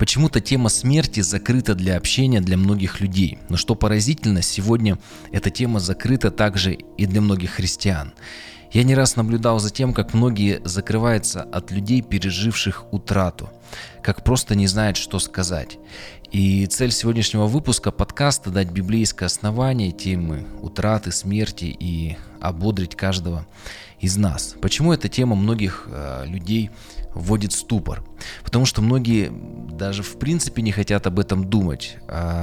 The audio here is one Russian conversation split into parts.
Почему-то тема смерти закрыта для общения для многих людей. Но что поразительно, сегодня эта тема закрыта также и для многих христиан. Я не раз наблюдал за тем, как многие закрываются от людей, переживших утрату, как просто не знают, что сказать. И цель сегодняшнего выпуска подкаста – дать библейское основание темы утраты, смерти и ободрить каждого из нас. Почему эта тема многих людей вводит в ступор? Потому что многие даже в принципе не хотят об этом думать.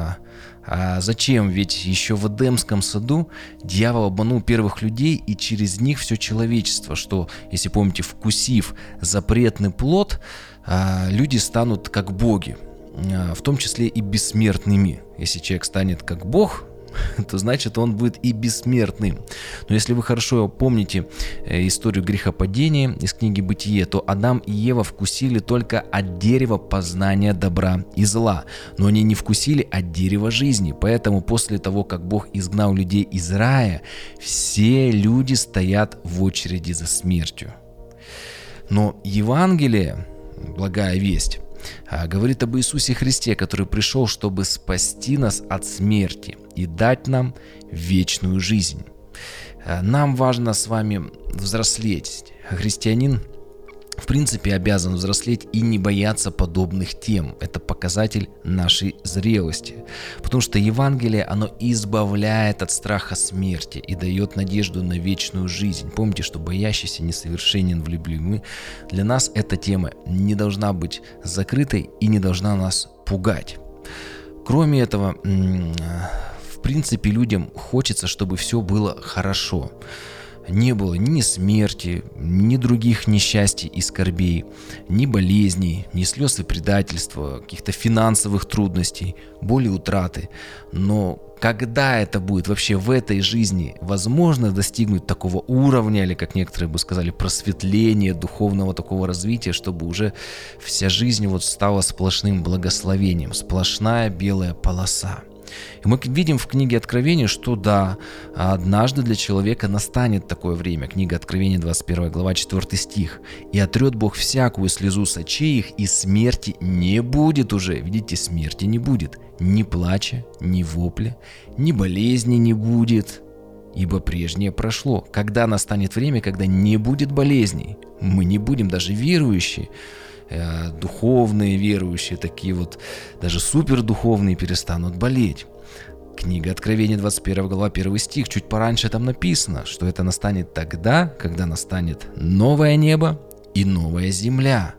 А зачем? Ведь еще в Эдемском саду дьявол обманул первых людей и через них все человечество, что, если помните, вкусив запретный плод, люди станут как боги, в том числе и бессмертными. Если человек станет как Бог, то значит он будет и бессмертным. Но если вы хорошо помните историю грехопадения из книги «Бытие», то Адам и Ева вкусили только от дерева познания добра и зла, но они не вкусили от дерева жизни. Поэтому после того, как Бог изгнал людей из рая, все люди стоят в очереди за смертью. Но Евангелие, благая весть, говорит об Иисусе Христе, который пришел, чтобы спасти нас от смерти и дать нам вечную жизнь. Нам важно с вами взрослеть. Христианин, в принципе, обязан взрослеть и не бояться подобных тем. Это показатель нашей зрелости. Потому что Евангелие, оно избавляет от страха смерти и дает надежду на вечную жизнь. Помните, что боящийся несовершенен в любви. Для нас эта тема не должна быть закрытой и не должна нас пугать. Кроме этого, в принципе, людям хочется, чтобы все было хорошо. Не было ни смерти, ни других несчастий и скорбей, ни болезней, ни слез и предательства, каких-то финансовых трудностей, боли, утраты. Но когда это будет вообще в этой жизни возможно достигнуть такого уровня, или, как некоторые бы сказали, просветления, духовного такого развития, чтобы уже вся жизнь вот стала сплошным благословением, сплошная белая полоса? И мы видим в книге Откровения, что да, однажды для человека настанет такое время. Книга Откровения, 21 глава, 4 стих. «И отрет Бог всякую слезу с очей их, и смерти не будет уже». Видите, смерти не будет. Ни плача, ни вопля, ни болезни не будет, ибо прежнее прошло. Когда настанет время, когда не будет болезней, мы не будем, даже верующие, духовные верующие, такие вот, даже супердуховные перестанут болеть. Книга Откровения, 21 глава, 1 стих, чуть пораньше там написано, что это настанет тогда, когда настанет новое небо и новая земля.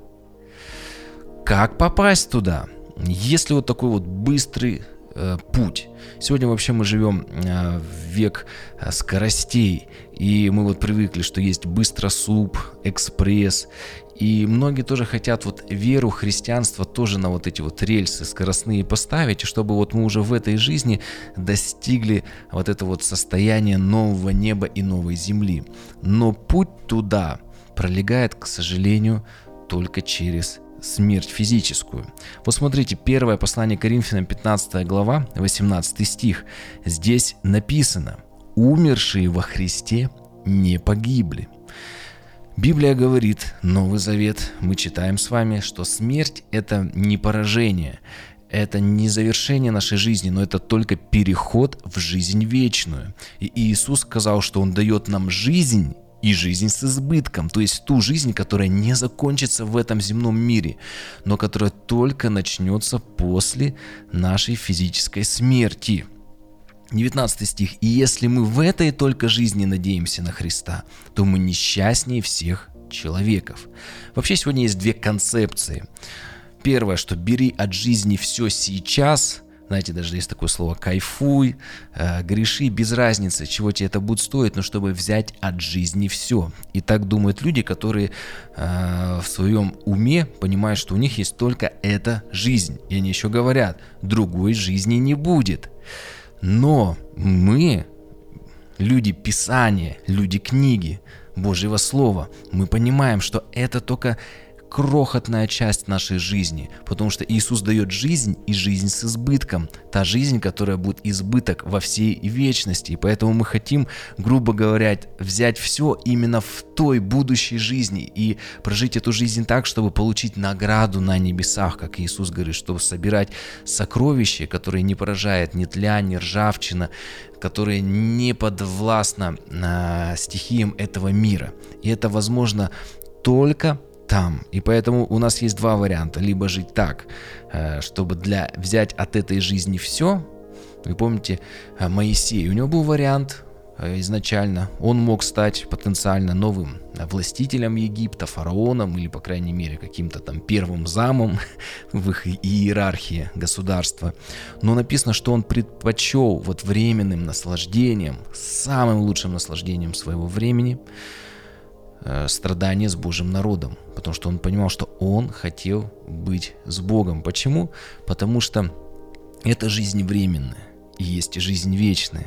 Как попасть туда? Есть ли вот такой вот быстрый путь? Сегодня вообще мы живем в век скоростей, и мы вот привыкли, что есть быстросуп, экспресс, и многие тоже хотят вот веру, христианство тоже на вот эти вот рельсы скоростные поставить, чтобы вот мы уже в этой жизни достигли вот это вот состояние нового неба и новой земли. Но путь туда пролегает, к сожалению, только через смерть физическую. Вот смотрите, первое послание Коринфянам, 15 глава, 18 стих. Здесь написано: «Умершие во Христе не погибли». Библия говорит, Новый Завет, мы читаем с вами, что смерть – это не поражение, это не завершение нашей жизни, но это только переход в жизнь вечную. И Иисус сказал, что Он дает нам жизнь, и жизнь с избытком, то есть ту жизнь, которая не закончится в этом земном мире, но которая только начнется после нашей физической смерти. 19 стих. «И если мы в этой только жизни надеемся на Христа, то мы несчастнее всех человеков». Вообще сегодня есть две концепции. Первое, что бери от жизни все сейчас. Знаете, даже есть такое слово «кайфуй», «греши», без разницы, чего тебе это будет стоить, но чтобы взять от жизни все. И так думают люди, которые в своем уме понимают, что у них есть только эта жизнь. И они еще говорят, другой жизни не будет. Но мы, люди Писания, люди книги, Божьего Слова, мы понимаем, что это только крохотная часть нашей жизни, потому что Иисус дает жизнь и жизнь с избытком. Та жизнь, которая будет избыток во всей вечности. И поэтому мы хотим, грубо говоря, взять все именно в той будущей жизни и прожить эту жизнь так, чтобы получить награду на небесах, как Иисус говорит, чтобы собирать сокровища, которые не поражает ни тля, ни ржавчина, которые не подвластны стихиям этого мира. И это возможно только там. И поэтому у нас есть два варианта. Либо жить так, чтобы взять от этой жизни все. Вы помните Моисей, у него был вариант изначально. Он мог стать потенциально новым властителем Египта, фараоном или, по крайней мере, каким-то там первым замом в их иерархии государства. Но написано, что он предпочел вот временным наслаждением, самым лучшим наслаждением своего времени, страдания с Божьим народом, потому что он понимал, что он хотел быть с Богом. Почему? Потому что эта жизнь временная, и есть жизнь вечная.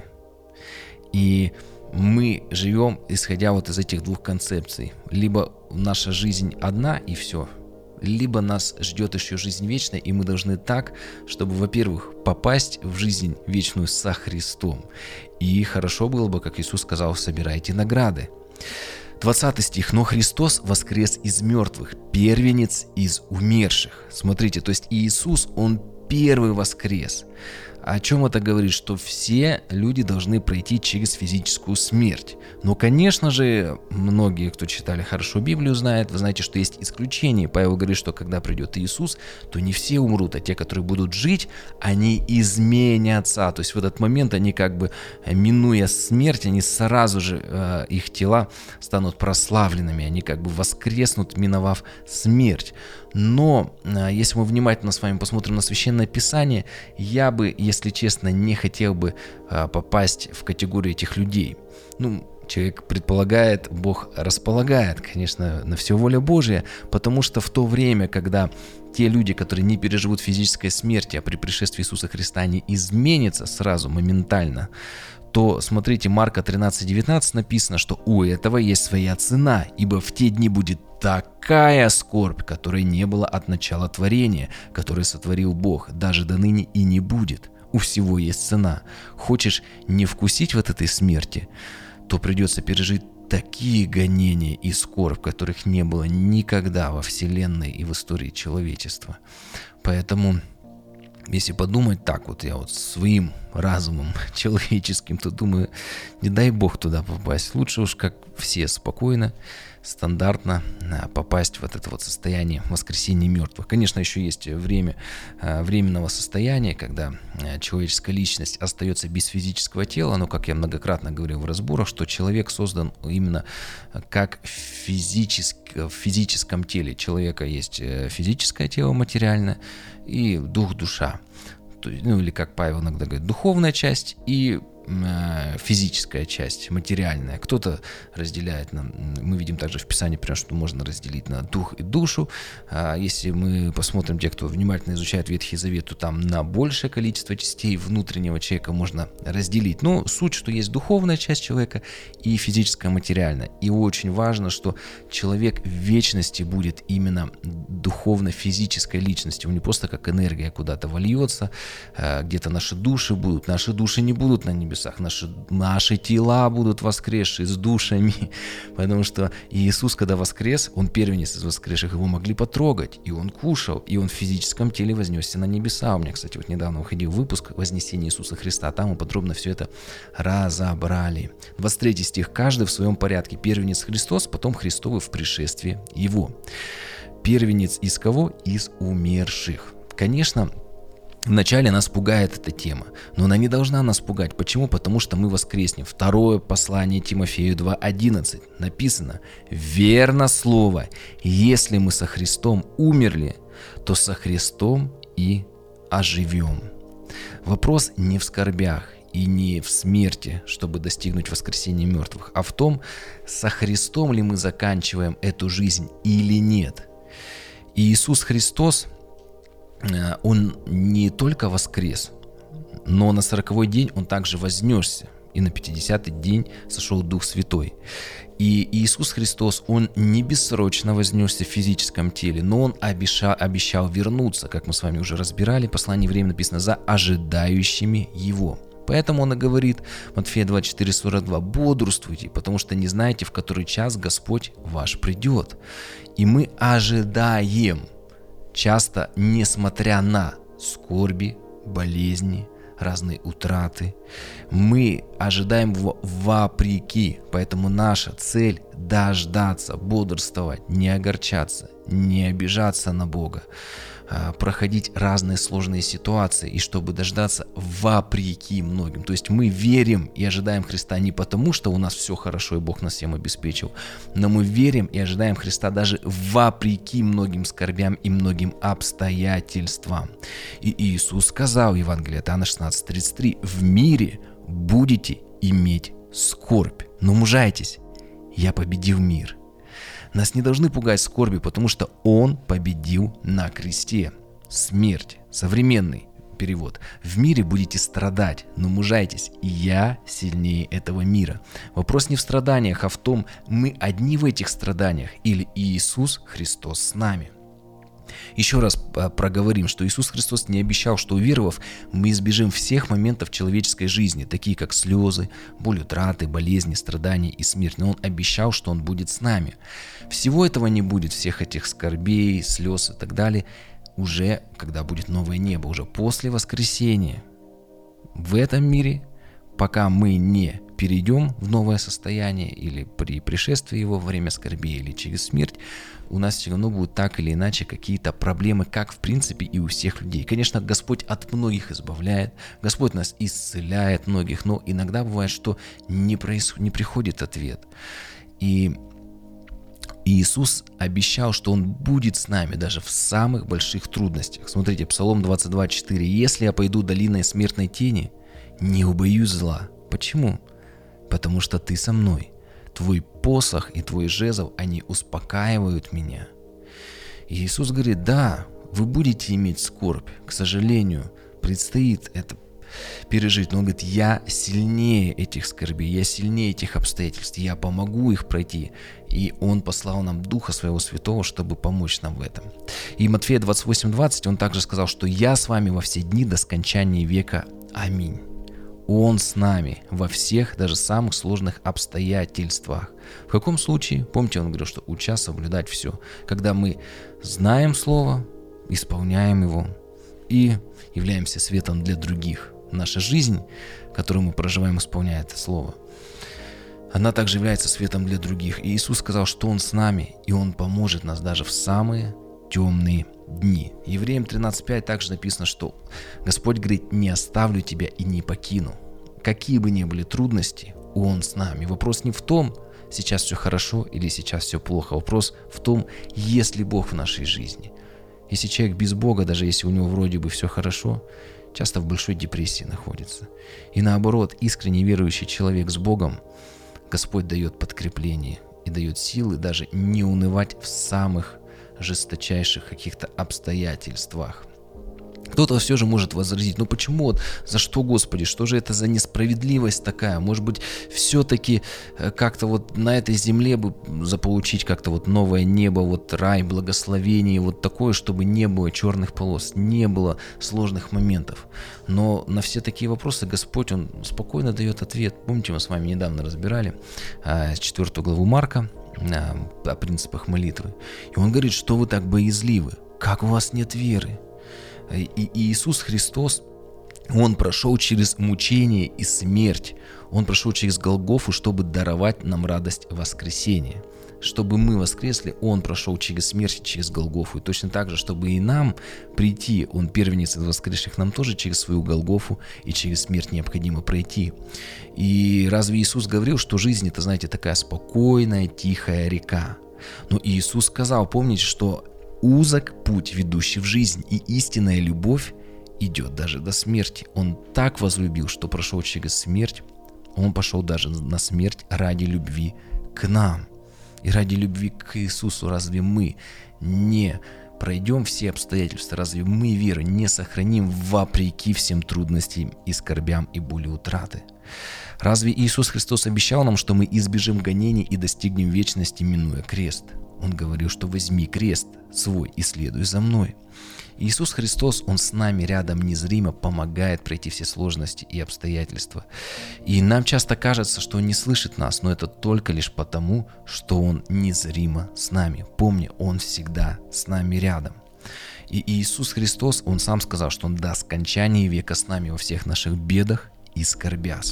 И мы живем, исходя вот из этих двух концепций. Либо наша жизнь одна и все, либо нас ждет еще жизнь вечная, и мы должны так, чтобы, во-первых, попасть в жизнь вечную со Христом. И хорошо было бы, как Иисус сказал, собирайте награды. 20 стих. «Но Христос воскрес из мертвых, первенец из умерших». Смотрите, то есть Иисус, Он первый воскрес. О чем это говорит? Что все люди должны пройти через физическую смерть. Но, конечно же, многие, кто читали хорошо Библию, знают, вы знаете, что есть исключения. Павел говорит, что когда придет Иисус, то не все умрут, а те, которые будут жить, они изменятся. То есть в этот момент они как бы, минуя смерть, они сразу же, их тела станут прославленными, они как бы воскреснут, миновав смерть. Но если мы внимательно с вами посмотрим на Священное Писание, я бы, если честно, не хотел бы попасть в категорию этих людей. Человек предполагает, Бог располагает, конечно, на все воля Божия, потому что в то время, когда те люди, которые не переживут физической смерти, а при пришествии Иисуса Христа они изменятся сразу, моментально, то, смотрите, Марка 13:19 написано, что у этого есть своя цена, ибо в те дни будет такая скорбь, которой не было от начала творения, которую сотворил Бог, даже до ныне и не будет. У всего есть цена. Хочешь не вкусить вот этой смерти, то придется пережить такие гонения и скорбь, которых не было никогда во Вселенной и в истории человечества. Поэтому, если подумать так, вот я вот своим разумом человеческим, то думаю, не дай Бог туда попасть. Лучше уж как все спокойно, стандартно попасть в это вот состояние воскресения мертвых. Конечно, еще есть время временного состояния, когда человеческая личность остается без физического тела, но, как я многократно говорил в разборах, что человек создан именно как в физическом теле. Человека есть физическое тело материальное и дух, душа. Или, как Павел иногда говорит, духовная часть и физическая часть, материальная. Кто-то разделяет, мы видим также в Писании, что можно разделить на дух и душу. Если мы посмотрим, те, кто внимательно изучает Ветхий Завет, то там на большее количество частей внутреннего человека можно разделить. Но суть, что есть духовная часть человека и физическая, материальная. И очень важно, что человек в вечности будет именно духовно-физической личностью. Он не просто как энергия куда-то вольется, где-то наши души будут. Наши души не будут на небесах. Наши тела будут воскресшие с душами, потому что Иисус, когда воскрес, Он первенец из воскресших, Его могли потрогать, и Он кушал, и Он в физическом теле вознесся на небеса. У меня, кстати, вот недавно выходил выпуск «Вознесение Иисуса Христа», там мы подробно все это разобрали. 23 стих. «Каждый в своем порядке. Первенец Христос, потом Христовы в пришествии Его». Первенец из кого? Из умерших. Конечно, вначале нас пугает эта тема, но она не должна нас пугать. Почему? Потому что мы воскреснем. Второе послание Тимофею 2:11 написано: «Верно слово, если мы со Христом умерли, то со Христом и оживем». Вопрос не в скорбях и не в смерти, чтобы достигнуть воскресения мертвых, а в том, со Христом ли мы заканчиваем эту жизнь или нет. И Иисус Христос, Он не только воскрес, но на 40-й день Он также вознесся. и на 50-й день сошел Дух Святой. И Иисус Христос, Он не бессрочно вознесся в физическом теле, но Он обещал вернуться, как мы с вами уже разбирали, послание Евреям написано, за ожидающими Его. Поэтому Он и говорит, Матфея 24:42, бодрствуйте, потому что не знаете, в который час Господь ваш придет. И мы ожидаем, часто несмотря на скорби, болезни, разные утраты. Мы ожидаем его вопреки, поэтому наша цель – дождаться, бодрствовать, не огорчаться, не обижаться на Бога, проходить разные сложные ситуации, и чтобы дождаться вопреки многим. То есть мы верим и ожидаем Христа не потому, что у нас все хорошо и Бог нас всем обеспечил, но мы верим и ожидаем Христа даже вопреки многим скорбям и многим обстоятельствам. И Иисус сказал в Евангелии от Иоанна 16:33: в мире будете иметь скорбь, но мужайтесь, я победил мир. Нас не должны пугать скорби, потому что Он победил на кресте. Смерть. Современный перевод. В мире будете страдать, но мужайтесь, я сильнее этого мира. Вопрос не в страданиях, а в том, мы одни в этих страданиях или Иисус Христос с нами. Еще раз проговорим, что Иисус Христос не обещал, что уверовав, мы избежим всех моментов человеческой жизни, такие как слезы, боль утраты, болезни, страдания и смерть. Но Он обещал, что Он будет с нами. Всего этого не будет, всех этих скорбей, слез и так далее, уже когда будет новое небо, уже после воскресения. В этом мире, пока мы не перейдем в новое состояние или при пришествии Его во время скорби или через смерть, у нас все равно будут так или иначе какие-то проблемы, как в принципе и у всех людей. Конечно, Господь от многих избавляет, Господь нас исцеляет многих, но иногда бывает, что не приходит ответ. И Иисус обещал, что Он будет с нами даже в самых больших трудностях. Смотрите, Псалом 22:4. «Если я пойду долиной смертной тени, не убоюсь зла». Почему? Потому что Ты со мной. Твой посох и Твой жезл, они успокаивают меня. И Иисус говорит, да, вы будете иметь скорбь. К сожалению, предстоит это пережить. Но Он говорит, я сильнее этих скорбей, я сильнее этих обстоятельств, я помогу их пройти. И Он послал нам Духа Своего Святого, чтобы помочь нам в этом. И Матфея 28:20 Он также сказал, что я с вами во все дни до скончания века. Аминь. Он с нами во всех, даже самых сложных обстоятельствах. В каком случае? Помните, Он говорил, что уча соблюдать все. Когда мы знаем Слово, исполняем его и являемся светом для других. Наша жизнь, которую мы проживаем, исполняя это Слово, она также является светом для других. И Иисус сказал, что Он с нами, и Он поможет нас даже в самые темные дни. Евреям 13:5 также написано, что Господь говорит, не оставлю тебя и не покину. Какие бы ни были трудности, Он с нами. Вопрос не в том, сейчас все хорошо или сейчас все плохо. Вопрос в том, есть ли Бог в нашей жизни. Если человек без Бога, даже если у него вроде бы все хорошо, часто в большой депрессии находится. И наоборот, искренне верующий человек с Богом, Господь дает подкрепление и дает силы даже не унывать в самых жесточайших каких-то обстоятельствах. Кто-то все же может возразить, ну почему вот, за что, Господи, что же это за несправедливость такая? Может быть, все-таки как-то вот на этой земле бы заполучить как-то вот новое небо, вот рай, благословение, вот такое, чтобы не было черных полос, не было сложных моментов. Но на все такие вопросы Господь, Он спокойно дает ответ. Помните, мы с вами недавно разбирали 4 главу Марка о принципах молитвы. И Он говорит, что вы так боязливы, как у вас нет веры. И Иисус Христос, Он прошел через мучение и смерть. Он прошел через Голгофу, чтобы даровать нам радость воскресения. Чтобы мы воскресли, Он прошел через смерть и через Голгофу. И точно так же, чтобы и нам прийти, Он первенец из воскресших, нам тоже через свою Голгофу и через смерть необходимо пройти. И разве Иисус говорил, что жизнь — это, знаете, такая спокойная, тихая река? Но Иисус сказал, помните, что узок путь, ведущий в жизнь, и истинная любовь идет даже до смерти. Он так возлюбил, что прошел через смерть. Он пошел даже на смерть ради любви к нам. И ради любви к Иисусу разве мы не пройдем все обстоятельства? Разве мы веру не сохраним вопреки всем трудностям и скорбям и боли утраты? Разве Иисус Христос обещал нам, что мы избежим гонений и достигнем вечности, минуя крест? Он говорил, что возьми крест свой и следуй за мной. Иисус Христос, Он с нами рядом незримо помогает пройти все сложности и обстоятельства. И нам часто кажется, что Он не слышит нас, но это только лишь потому, что Он незримо с нами. Помни, Он всегда с нами рядом. И Иисус Христос, Он сам сказал, что Он до скончания века с нами во всех наших бедах и скорбях.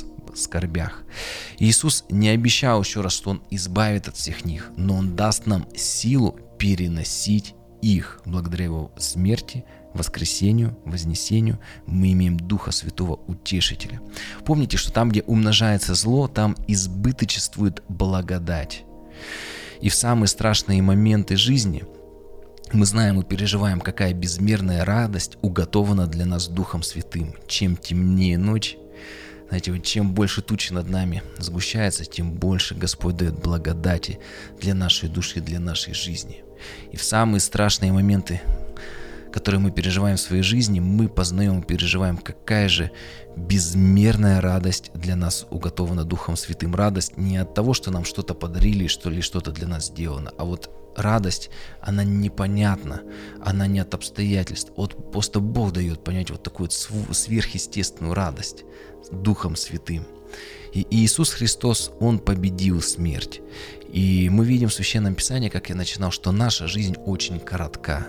Иисус не обещал еще раз, что Он избавит от всех них, но Он даст нам силу переносить их. Благодаря Его смерти, воскресению, вознесению мы имеем Духа Святого Утешителя. Помните, что там, где умножается зло, там избыточествует благодать. И в самые страшные моменты жизни мы знаем и переживаем, какая безмерная радость уготована для нас Духом Святым. Чем темнее ночь, знаете, вот чем больше тучи над нами сгущается, тем больше Господь дает благодати для нашей души, для нашей жизни. И в самые страшные моменты, которые мы переживаем в своей жизни, мы познаем и переживаем, какая же безмерная радость для нас уготована Духом Святым. Радость не от того, что нам что-то подарили, что ли что-то для нас сделано, а вот радость, она непонятна, она не от обстоятельств. Вот просто Бог дает понять вот такую сверхъестественную радость Духом Святым. И Иисус Христос, Он победил смерть. И мы видим в Священном Писании, как я начинал, что наша жизнь очень коротка,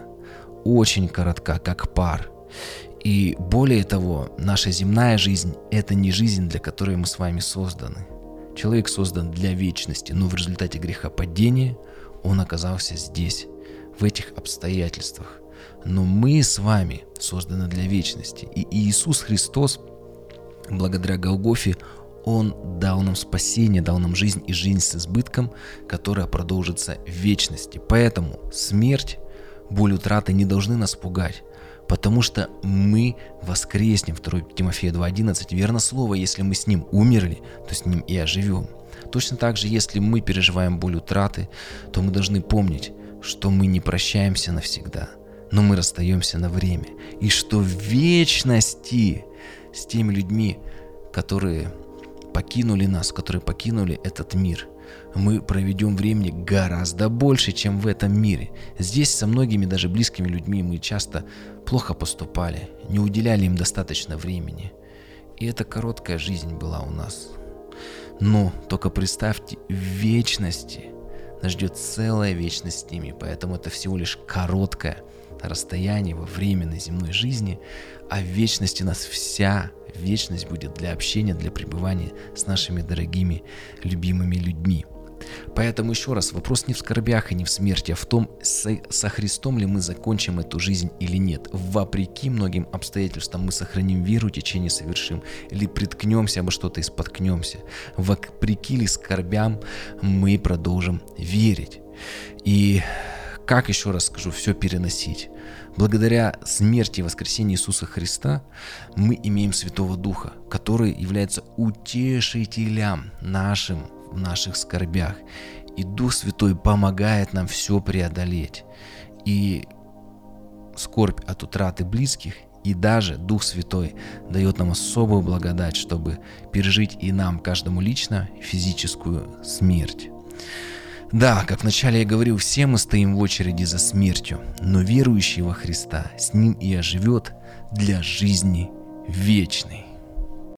как пар. И более того, наша земная жизнь – это не жизнь, для которой мы с вами созданы. Человек создан для вечности, но в результате грехопадения он оказался здесь, в этих обстоятельствах. Но мы с вами созданы для вечности. И Иисус Христос, благодаря Голгофе, Он дал нам спасение, дал нам жизнь и жизнь с избытком, которая продолжится в вечности. Поэтому смерть, боль утраты не должны нас пугать, потому что мы воскреснем. 2 Тимофея 2:11. Верно слово, если мы с Ним умерли, то с Ним и оживем. Точно так же, если мы переживаем боль утраты, то мы должны помнить, что мы не прощаемся навсегда, но мы расстаемся на время. И что в вечности с теми людьми, которые покинули нас, которые покинули этот мир, мы проведем времени гораздо больше, чем в этом мире. Здесь со многими даже близкими людьми мы часто плохо поступали, не уделяли им достаточно времени. И эта короткая жизнь была у нас. Но только представьте, в вечности нас ждет целая вечность с ними, поэтому это всего лишь короткое расстояние во временной земной жизни, а в вечности нас вся вечность будет для общения, для пребывания с нашими дорогими, любимыми людьми. Поэтому еще раз, вопрос не в скорбях и не в смерти, а в том, со Христом ли мы закончим эту жизнь или нет. Вопреки многим обстоятельствам мы сохраним веру, течение совершим, или приткнемся обо что-то и споткнемся. Вопреки ли скорбям мы продолжим верить. И как, еще раз скажу, все переносить? Благодаря смерти и воскресению Иисуса Христа мы имеем Святого Духа, который является утешителем в наших скорбях. И Дух Святой помогает нам все преодолеть. И скорбь от утраты близких, и даже Дух Святой дает нам особую благодать, чтобы пережить и нам, каждому лично, физическую смерть. Да, как вначале я говорил, все мы стоим в очереди за смертью, но верующий во Христа с Ним и оживет для жизни вечной.